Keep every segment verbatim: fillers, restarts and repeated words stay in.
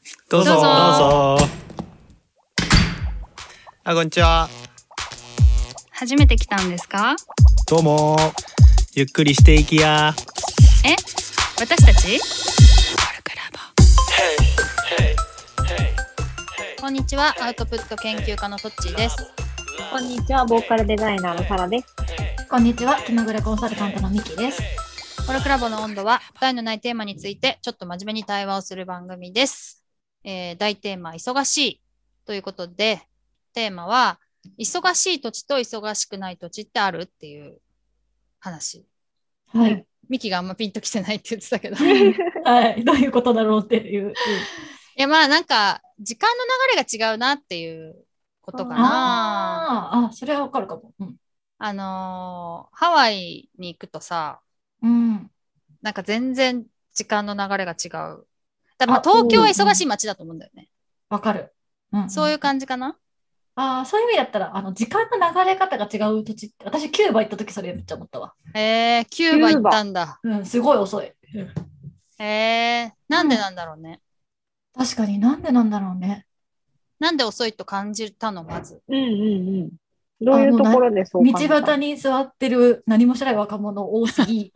どうぞどうぞどうぞ。あ、こんにちは。 初めて来たんですか？ どうも。ゆっくりしていきや。 え、私たち？こんにちは、アウトプット研究家のトッチーです。 こんにちは、ボーカルデザイナーのサラです。 こんにちは、気まぐれコンサルタントのミキです。 コルクラボの温度は答えのないテーマについてちょっと真面目に対話をする番組です。えー、大テーマ忙しいということで、テーマは忙しい土地と忙しくない土地ってあるっていう話。 はい。 ミキがあんまピンときてないって言ってたけどはい。どういうことだろうっていう。うん、いやまあなんか時間の流れが違うなっていうことかな。 ああ、それはわかるかも。うん。 あのーハワイに行くとさ、 うん。 なんか全然時間の流れが違う。だまあ東京は忙しい街だと思うんだよね。 わかる。うんうん、 そういう感じかな。 ああ、そういう意味だったら、あの、時間の流れ方が違う土地って、私、キューバ行った時それめっちゃ思ったわ。 へえー、キューバ行ったんだ。 うん、すごい遅い。うん、 へえー、なんでなんだろうね、 うん。確かになんでなんだろうね。 なんで遅いと感じたの、まず。 うんうんうん。どういうところでそう感じた？ 道端に座ってる何もしない若者多すぎ。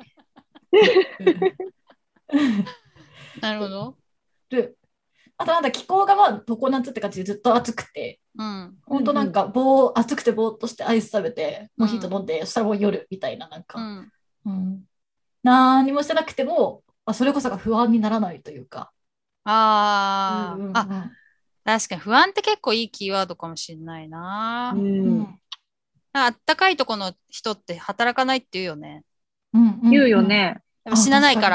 なるほど。 で、あとなんだ気候がまあ常夏って感じでずっと暑くて、 うん。 ほんとなんかぼー暑くてぼーっとしてアイス食べて、モヒート飲んで、そしたらもう夜みたいななんうか、 ん。 うん、何もしてなくても、あ、それこそが不安にならないというか。 あー、 うんうんうん、 あ、確かに不安って結構いいキーワードかもしれないな。 うんうんあったかいとこの人って働かないって言うよね。 うんうんうん、 言うよね。 でも死なないから。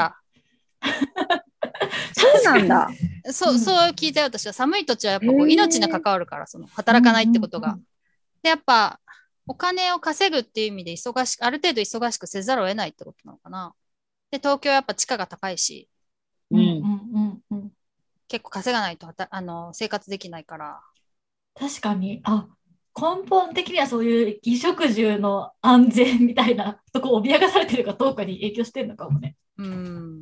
そうなんだ。 そう、 うんそう聞いたよ、私は。寒い土地はやっぱこうへー命に関わるから、その働かないってことが。 うんうんうん、 で、やっぱお金を稼ぐっていう意味で忙しく、ある程度忙しくせざるを得ないってことなのかな。で、東京はやっぱ地価が高いし、 うんうんうんうん、 結構稼がないとはたあの生活できないから。 確かに、あ、根本的にはそういう衣食住の安全みたいなとこを脅かされてるかどうかに影響してるのかもね。 うん。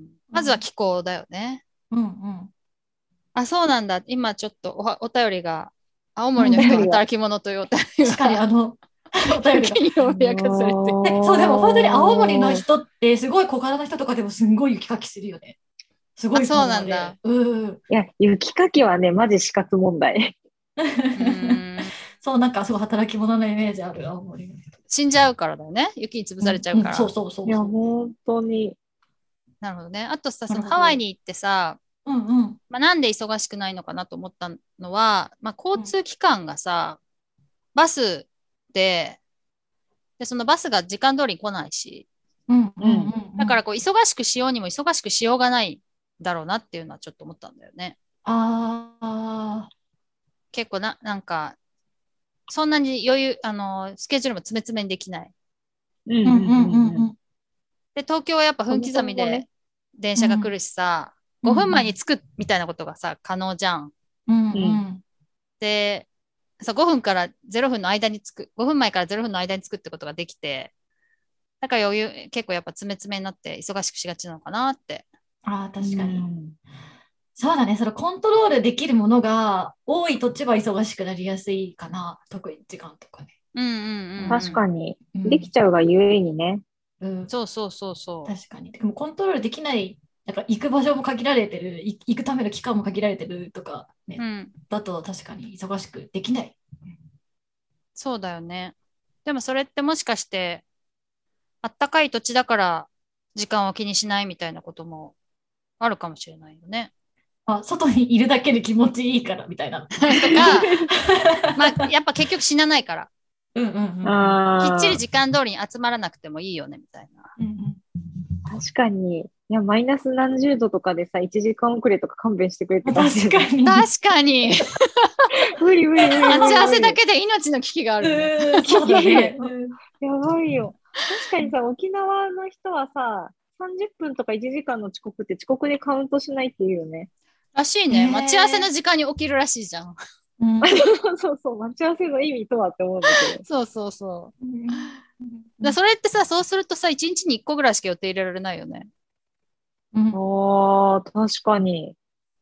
まずは気候だよね。 うんうん。 あ、そうなんだ。今ちょっとお、お便りが、青森の人は働き者というお便りが。 確かにあの、お便りが。 に脅かされて。 そう、でも本当に青森の人ってすごい小柄な人とかでもすんごい雪かきするよね。すごいそうなんだ。 うん。 いや、雪かきはね、マジ死活問題。 うんそう、なんかすごい働き者のイメージある、青森の人。 死んじゃうからだよね。雪に潰されちゃうから。 うんうん、そうそうそうそう。 いや、本当に。 なるほどね。あとさ、そのハワイに行ってさ、 うんうん、 まあ、なんで忙しくないのかなと思ったのは、まあ、交通機関がさ、バスで、で、そのバスが時間通りに来ないし、 うんうんうんうん、 だからこう忙しくしようにも忙しくしようがないだろうなっていうのはちょっと思ったんだよね。 ああ、 結構な、なんか、そんなに余裕、あの、スケジュールも詰め詰めにできない。 うんうんうんうんうんうん。 で、東京はやっぱ分刻みで電車が来るしさ、 うん、 ごふんまえに着くみたいなことがさ、可能じゃん。 うんうん、 で、さ、ごふんからゼロふんの間に着く、ごふんまえからゼロふんの間に着くってことができて、だから余裕、結構やっぱ詰め詰めになって忙しくしがちなのかなって。 ああ、確かに。 うん、 そうだね、そのコントロールできるものが多い土地は忙しくなりやすいかな、特に時間とかね。 うんうんうん、うん。 確かに、 うん、 できちゃうがゆえにね。 うん、 そうそうそうそう。 確かに。でもコントロールできない、なんか行く場所も限られてる、い行くための期間も限られてるとかね、 うん。 だと確かに忙しくできない。 そうだよね。でもそれってもしかして、あったかい土地だから時間を気にしないみたいなこともあるかもしれないよね。 あ、外にいるだけで気持ちいいからみたいな。 とか、まあ、やっぱ結局死なないから、 うんうんうん、 ああ、 きっちり時間通りに集まらなくてもいいよねみたいな。 うんうん、 確かに。いや、マイナス何十度とかでさ、いちじかん遅れとか勘弁してくれって感じ。 確かに。 確かに。 無理無理無理無理。 待ち合わせだけで命の危機があるよね。 うん、そうだね。 やばいよ。確かにさ、沖縄の人はさ、さんじゅっぷんとかいちじかんの遅刻って遅刻でカウントしないっていうよね。 らしいね。 ね待ち合わせの時間に起きるらしいじゃん。 うん、 そうそうそう、待ち合わせの意味とはって思うんだけど。 そうそうそう。 うんだそれってさ、そうするとさ、いちにちにいっこぐらいしか予定入れられないよね。 うん、 ああ、確かに。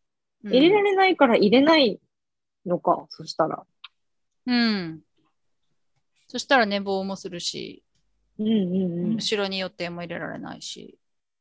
うん入れられないから入れないのか、そしたら。 うん。そしたら寝坊もするし、 うんうんうん。 後ろに予定も入れられないし。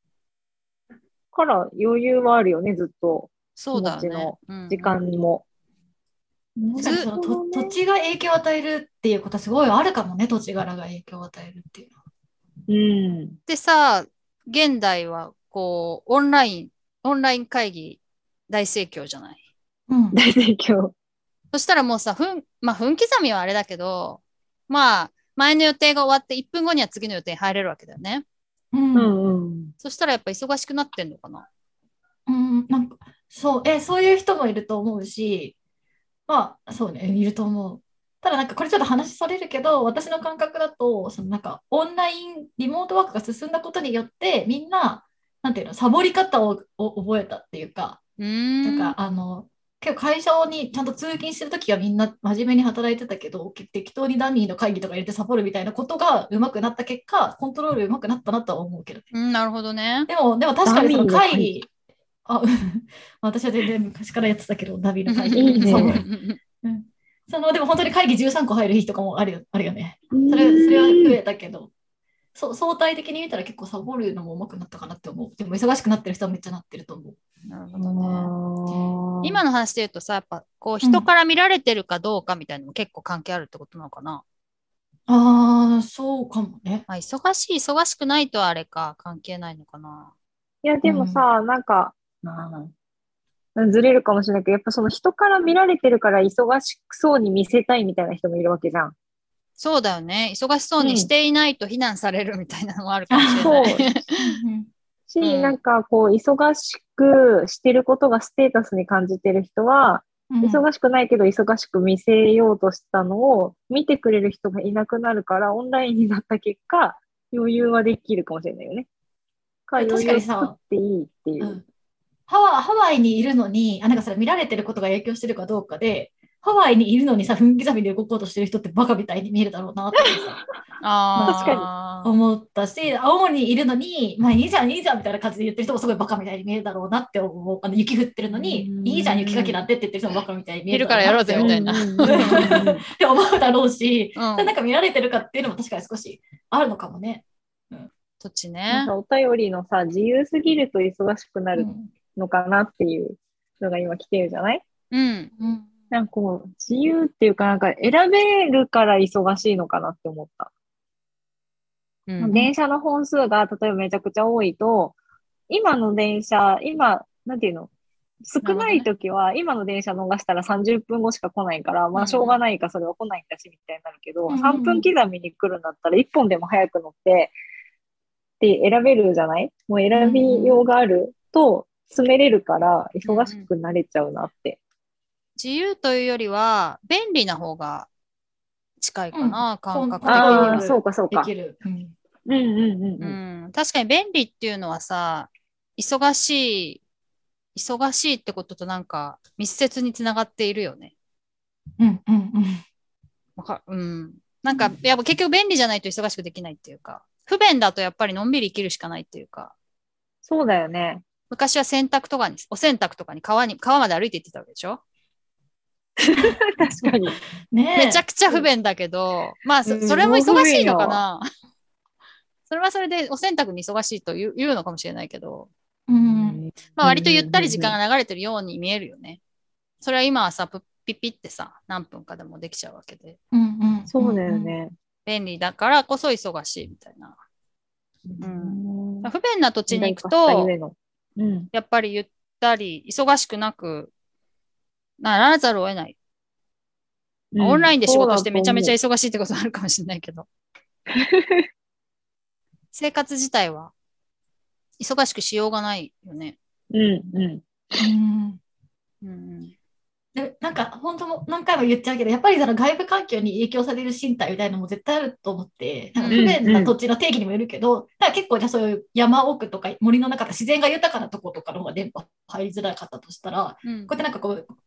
から余裕はあるよね、ずっと。 そうだよね気持ちの。 うんうん時間も。 確かにそのとなるほどね土地が影響を与えるっていうことはすごいあるかもね、土地柄が影響を与えるっていうのは。 うん。 でさ、現代はこう、オンライン、オンライン会議大盛況じゃない。 うん。 大盛況。 そしたらもうさ、分、まあ分刻みはあれだけど、まあ、前の予定が終わっていっぷんごには次の予定に入れるわけだよね。 うんうんうん。 そしたらやっぱ忙しくなってんのかな。 うん、なんか、そう、え、そういう人もいると思うし、まあ、そうね、いると思う。ただなんかこれちょっと話それるけど、私の感覚だと、そのなんかオンライン、リモートワークが進んだことによって、みんな、なんていうの、サボり方を、を覚えたっていうか、 うーん。 なんかあの、結構会社にちゃんと通勤してるときはみんな真面目に働いてたけど、適当にダミーの会議とか入れてサボるみたいなことが上手くなった結果、コントロール上手くなったなとは思うけどね。 うん、なるほどね。 でも、でも確かにそのダミーの会会議、あ、うん私は全然昔からやってたけど、ダミーの会議。 いいねそううんその、でも本当に会議じゅうさんこ入る日とかもあるよ、あるよね。それ、それは増えたけど、そう相対的に見たら結構サボるのも上手くなったかなって思う。でも忙しくなってる人はめっちゃなってると思う。 なるほどね。 あー今の話で言うとさ、やっぱこう人から見られてるかどうかみたいなのも結構関係あるってことなのかな。 ああ、そうかもね。 まあ、忙しい、忙しくないとあれか、関係ないのかな。 いや、でもさ、なんか、うんずれるかもしれないけど、やっぱその人から見られてるから忙しくそうに見せたいみたいな人もいるわけじゃん。 そうだよね。忙しそうにしていないと非難されるみたいなのもあるかもしれそうない。 し、 うんなんかこう、忙しくしてることがステータスに感じてる人は、 うん忙しくないけど忙しく見せようとしたのを見てくれる人がいなくなるから、オンラインになった結果、余裕はできるかもしれないよね。か、 確か余裕をにさ作っていいっていうう。 んハワ、ハワイにいるのに、あ、なんかそれ見られてることが影響してるかどうかで、ハワイにいるのにさ、分刻みで動こうとしてる人ってバカみたいに見えるだろうなってさああ。 思ったし、青森にいるのに、まあいいじゃん、いいじゃんみたいな感じで言ってる人もすごいバカみたいに見えるだろうなって思う。あの雪降ってるのにう、んいいじゃん、雪かきなんてって言ってる人もバカみたいに見える昼からやろうぜみたいな。 うんうんうんうんって思うだろうし、 うんそれなんか見られてるかっていうのも確かに少しあるのかもね。 土地ねなんか。お便りのさ、自由すぎると忙しくなるうんのかなっていうのが今来てるじゃない？ うん。 うんなんかこう、自由っていうかなんか選べるから忙しいのかなって思った。 うん電車の本数が例えばめちゃくちゃ多いと、今の電車、今、なんていうの少ない時は、今の電車逃したらさんじゅっぷんごしか来ないから、まあしょうがないか、それは来ないんだし、みたいになるけど、 うんさんぷん刻みに来るんだったらいっぽんでも早く乗って、で選べるじゃない？もう選びようがあると、詰めれるから、忙しくなれちゃうなって。 自由というよりは、便利な方が近いかな、感覚的にあはあ、。そうかそうか。 できる。うんうんうんうんううん。 ん、確かに便利っていうのはさ、忙しい、忙しいってこととなんか密接につながっているよね。 うんうんうんわかうん。なんか、やっぱ結局便利じゃないと忙しくできないっていうか、不便だとやっぱりのんびり生きるしかないっていうか、 そうだよね。 昔は洗濯とかに、お洗濯とかに川に、川まで歩いて行ってたわけでしょ？ 確かに。 ねえめちゃくちゃ不便だけど、まあそ、 うんそれも忙しいのかな。それはそれでお洗濯に忙しいと言う言うのかもしれないけど、 うんまあ割とゆったり時間が流れてるように見えるよね。それは今はさ、プピピってさ、何分かでもできちゃうわけで。 うんうんそうだよね。 便利だからこそ忙しいみたいな。 うん不便な土地に行く時代化したとゆえ、のうん。 やっぱりゆったり、忙しくなくならざるを得ない。まあオンラインで仕事してめちゃめちゃ忙しいってことあるかもしれないけど。生活自体は忙しくしようがないよね。 うんうん。 うんうんでなんか本当も何回も言っちゃうけど、やっぱりその外部環境に影響される身体みたいなのも絶対あると思って、なんか不便な土地の定義にもよるけど、だから結構じゃあそういう山奥とか森の中で自然が豊かなところとかの方が電波入りづらかったとしたら、 うんこうやってなんかこう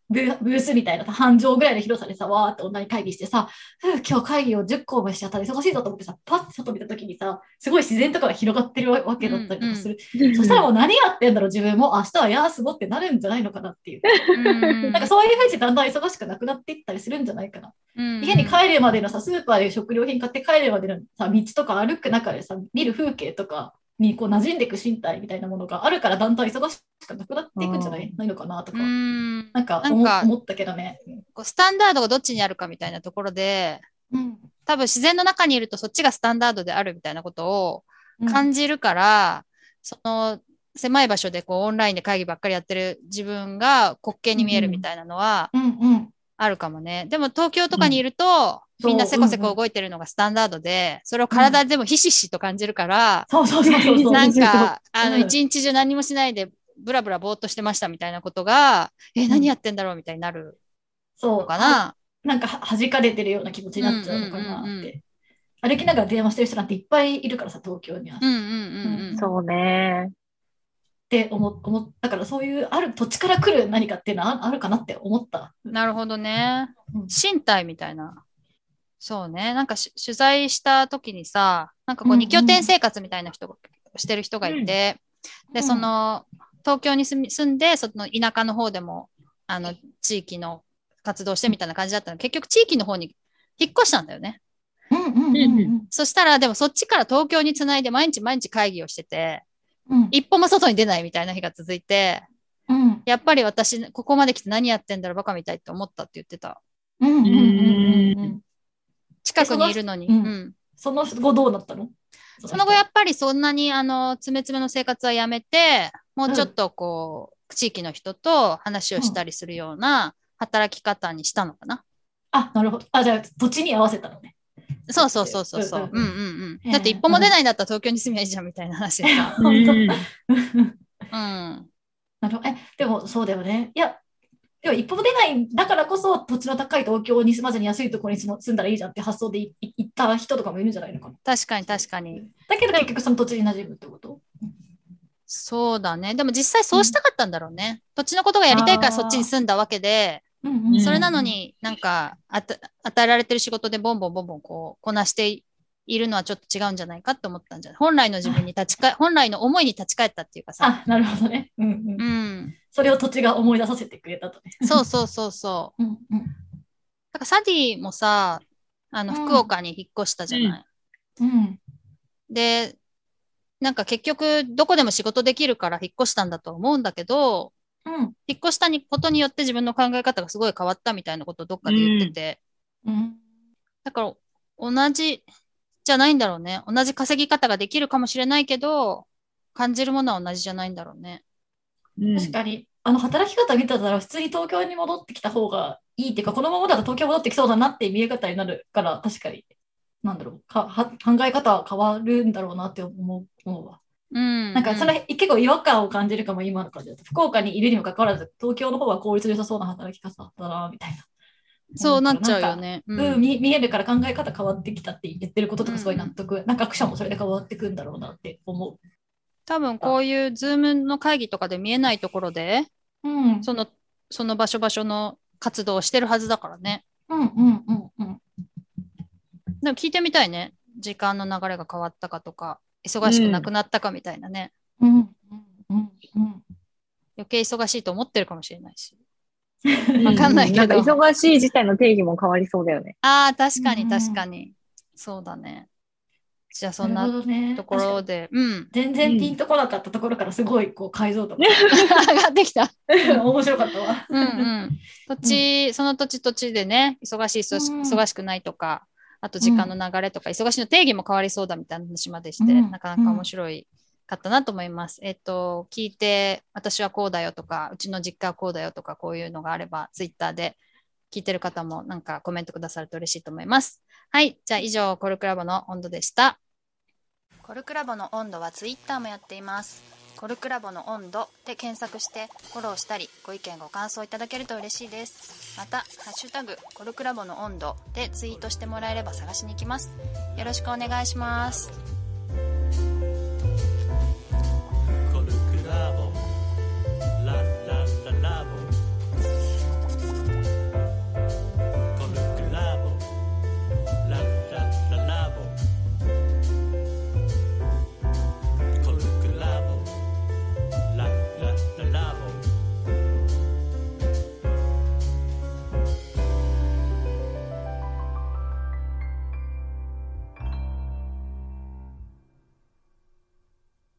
ブー、ブースみたいな半畳ぐらいの広さでさ、わーってオンライン会議してさ、ふう今日会議をじゅっこもしちゃったら忙しいぞと思ってさ、パッて外見た時にさ、すごい自然とかが広がってるわけだったりとかする。そしたらもう何やってんだろう、自分も明日はやーすごってなるんじゃないのかなっていう。 うんなんかそういうふうにだんだん忙しくなくなっていったりするんじゃないかな。 うん家に帰るまでのさ、スーパーで食料品買って帰るまでのさ、道とか歩く中でさ、見る風景とかにこう馴染んでいく身体みたいなものがあるから、だんだん忙しくなくなっていくんじゃないないのかなとか、 うんなんかなんか思ったけどね。 こうスタンダードがどっちにあるかみたいなところで、 うん多分自然の中にいるとそっちがスタンダードであるみたいなことをうん感じるから、その狭い場所でこうオンラインで会議ばっかりやってる自分が滑稽に見えるみたいなのはうんうんあるかもね。でも東京とかにいると、 うんみんなせこせそううんうんこ動いてるのがスタンダードで、それを体でもひしひしと感じるから、 そうそうそうそうそう。 なんか、あの、 うん一日中何もしないで、ブラブラぼーっとしてましたみたいなことが、え、何やってんだろうみたいになるそうのかな。 なんかは弾かれてるような気持ちになっちゃうのかなうんうんうんうんって。歩きながら電話してる人なんていっぱいいるからさ、東京には。っうんうんうんうん。 そうね。 て思思ったから、そういうある土地から来る何かっていうのはああるかなって思った。 なるほどね。 うん身体みたいな。そうね。なんかし取材した時にさ、なんかこうんううん二拠点生活みたいな人が、してる人がいて、で、 うんその、東京に住み住んで、その田舎の方でも、あの、地域の活動してみたいな感じだったの。結局地域の方に引っ越したんだよね。 うんうんうんうんそしたら、でもそっちから東京につないで毎日毎日会議をしてて、 うん一歩も外に出ないみたいな日が続いて、 うんやっぱり私、ここまで来て何やってんだろう、バカみたいって思ったって言ってた。 うんうんうんうんうん。 近くにいるのに。 えそのうんその後どうなったの？ その後やっぱりそんなにあの詰め詰めの生活はやめて、もうちょっとこう、地域の人と話をしたりするような働き方にしたのかな。 あ、なるほど。あ、じゃあ土地に合わせたのね。 そうそうそうそうそう。 うんうんうんうんうん。 へえだって一歩も出ないんだったら東京に住みゃいいじゃんみたいな話でさ。 本当。 うんうん。 なるほど。え、でもそうだよね。いや、でも一歩も出ないんだからこそ土地の高い東京に住まずに安いところに住ま住んだらいいじゃんって発想でいい行った人とかもいるんじゃないのかな。 確かに確かに。 だけど結局その土地に馴染むってこと？ そうだね。でも実際そうしたかったんだろうね。土地のことがやりたいからそっちに住んだわけで、 うんうんそれなのになんかあた与えられてる仕事でボンボンボンボンこうこなしているのはちょっと違うんじゃないかって思ったんじゃない。本来の自分に立ち返、本来の思いに立ち返ったっていうかさ。 あ、なるほどね。うんうんうん。 それを土地が思い出させてくれたとね。 そうそうそうそう。 うんうんだからサディもさ、あのうん福岡に引っ越したじゃない。 うんで、なんか結局どこでも仕事できるから引っ越したんだと思うんだけど、 うん引っ越したことによって自分の考え方がすごい変わったみたいなことをどっかで言ってて、 うんだから同じじゃないんだろうね。同じ稼ぎ方ができるかもしれないけど、感じるものは同じじゃないんだろうね。 うん確かに、あの働き方見てたら普通に東京に戻ってきた方がいいっていうか、このままだと東京戻ってきそうだなって見え方になるから、確かに、なんだろう、かは考え方は変わるんだろうなって思う思うわ。 うん。 なんかそれ、結構違和感を感じるかも、今の感じだと。福岡にいるにもかかわらず、東京の方が効率良さそうな働き方だったな、みたいな。 そうなっちゃうよね。 うんうん、見見えるから考え方変わってきたって言ってることとかすごい納得、なんかアクションもそれで変わってくんだろうなって思う。 多分こういうズームの会議とかで見えないところで、 うん、 その、その場所場所の活動をしてるはずだからね。 うんうんうんうん。 でも聞いてみたいね。時間の流れが変わったかとか、忙しくなくなったかみたいなね。 うんうんうんうん。 余計忙しいと思ってるかもしれないし。わかんないけどなんか忙しい自体の定義も変わりそうだよね。 ああ、確かにうん確かに。そうだね。じゃあそんなるほなどね、 ところで、うん。 全然ピンとこなかったところからすごいこう解像度が上がってきた。 面白かったわ。 うんうん。土地、その土地土地でね、忙しい、忙しうん忙しくないとか、あと時間の流れとか、忙しいの定義も変わりそうだみたいな話までして、 うんなかなか面白いかったなと思います。えっと、聞いて、私はこうだよとか、うちの実家はこうだよとか、こういうのがあれば、ツイッターで聞いてる方もなんかコメントくださると嬉しいと思います。はい。じゃあ以上、コルクラボの温度でした。コルクラボの温度はツイッターもやっています。コルクラボの温度で検索してフォローしたりご意見ご感想いただけると嬉しいです。またハッシュタグコルクラボの温度でツイートしてもらえれば探しに行きます。よろしくお願いします。